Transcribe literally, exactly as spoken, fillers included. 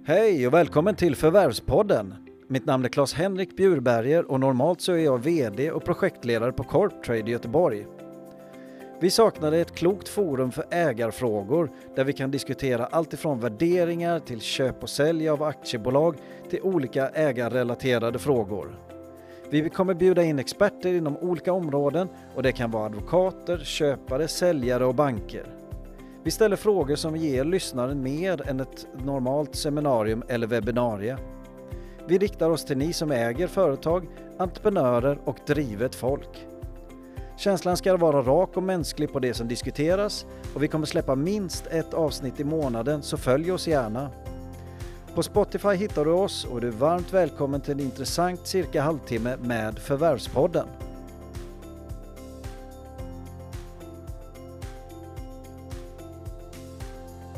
Hej och välkommen till Förvärvspodden. Mitt namn är Claes-Henrik Bjurberger och normalt så är jag vd och projektledare på Corptrade i Göteborg. Vi saknade ett klokt forum för ägarfrågor där vi kan diskutera allt ifrån värderingar till köp och sälj av aktiebolag till olika ägarrelaterade frågor. Vi kommer bjuda in experter inom olika områden och det kan vara advokater, köpare, säljare och banker. Vi ställer frågor som ger lyssnaren mer än ett normalt seminarium eller webbinarie. Vi riktar oss till ni som äger företag, entreprenörer och drivet folk. Känslan ska vara rak och mänsklig på det som diskuteras och vi kommer släppa minst ett avsnitt i månaden, så följ oss gärna. På Spotify hittar du oss och du är varmt välkommen till en intressant cirka halvtimme med Förvärvspodden.